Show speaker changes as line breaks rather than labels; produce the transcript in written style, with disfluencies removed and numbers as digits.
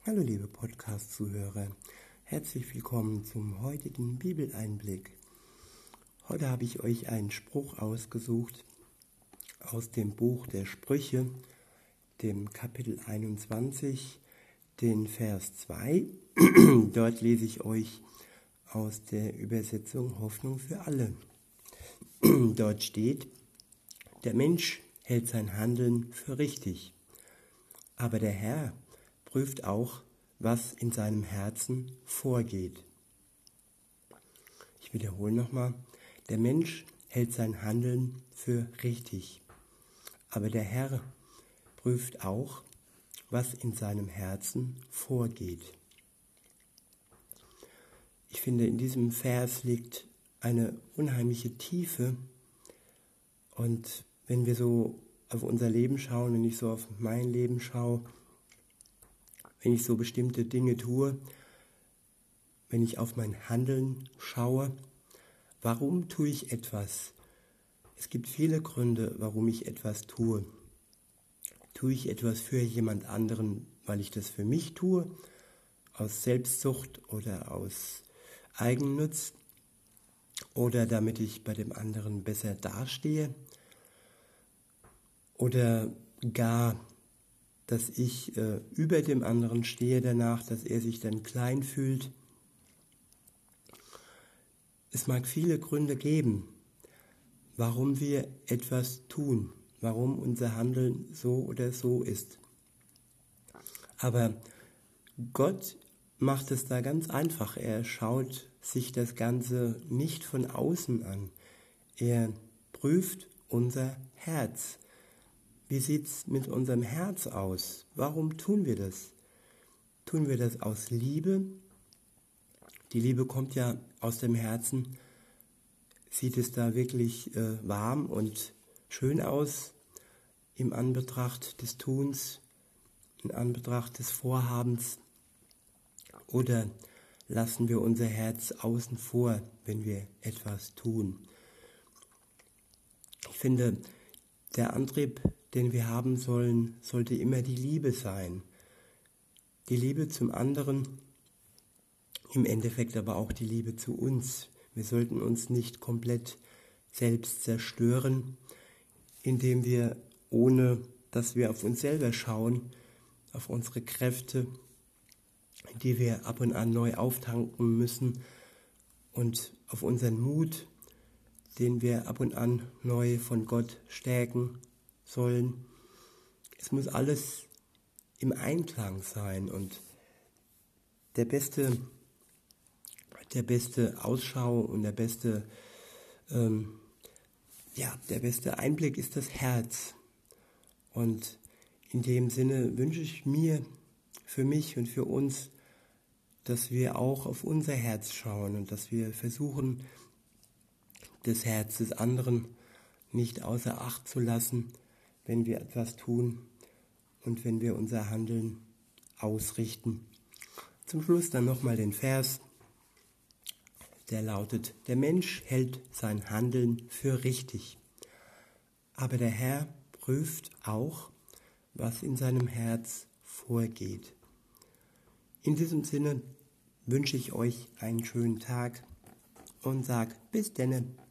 Hallo liebe Podcast-Zuhörer, herzlich willkommen zum heutigen Bibeleinblick. Heute habe ich euch einen Spruch ausgesucht aus dem Buch der Sprüche, dem Kapitel 21, den Vers 2. Dort lese ich euch aus der Übersetzung Hoffnung für alle. Dort steht: Der Mensch hält sein Handeln für richtig, aber der Herr prüft auch, was in seinem Herzen vorgeht. Ich wiederhole nochmal: Der Mensch hält sein Handeln für richtig, aber der Herr prüft auch, was in seinem Herzen vorgeht. Ich finde, in diesem Vers liegt eine unheimliche Tiefe, und wenn wir so auf unser Leben schauen, wenn ich so auf mein Leben schaue, wenn ich so bestimmte Dinge tue, wenn ich auf mein Handeln schaue, warum tue ich etwas? Es gibt viele Gründe, warum ich etwas tue. Tue ich etwas für jemand anderen, weil ich das für mich tue, aus Selbstsucht oder aus Eigennutz, oder damit ich bei dem anderen besser dastehe, oder gar, dass ich über dem anderen stehe danach, dass er sich dann klein fühlt. Es mag viele Gründe geben, warum wir etwas tun, warum unser Handeln so oder so ist. Aber Gott macht es da ganz einfach. Er schaut sich das Ganze nicht von außen an. Er prüft unser Herz. Wie sieht es mit unserem Herz aus? Warum tun wir das? Tun wir das aus Liebe? Die Liebe kommt ja aus dem Herzen. Sieht es da wirklich warm und schön aus im Anbetracht des Tuns, in Anbetracht des Vorhabens? Oder lassen wir unser Herz außen vor, wenn wir etwas tun? Ich finde, der Antrieb, den wir haben sollen, sollte immer die Liebe sein. Die Liebe zum anderen, im Endeffekt aber auch die Liebe zu uns. Wir sollten uns nicht komplett selbst zerstören, indem wir, ohne dass wir auf uns selber schauen, auf unsere Kräfte, die wir ab und an neu auftanken müssen, und auf unseren Mut, den wir ab und an neu von Gott stärken sollen. Es muss alles im Einklang sein, und der beste Ausschau und der beste Einblick ist das Herz. Und in dem Sinne wünsche ich mir, für mich und für uns, dass wir auch auf unser Herz schauen und dass wir versuchen, das Herz des anderen nicht außer Acht zu lassen, wenn wir etwas tun und wenn wir unser Handeln ausrichten. Zum Schluss dann nochmal den Vers, der lautet: Der Mensch hält sein Handeln für richtig, aber der Herr prüft auch, was in seinem Herz vorgeht. In diesem Sinne wünsche ich euch einen schönen Tag und sage bis denne.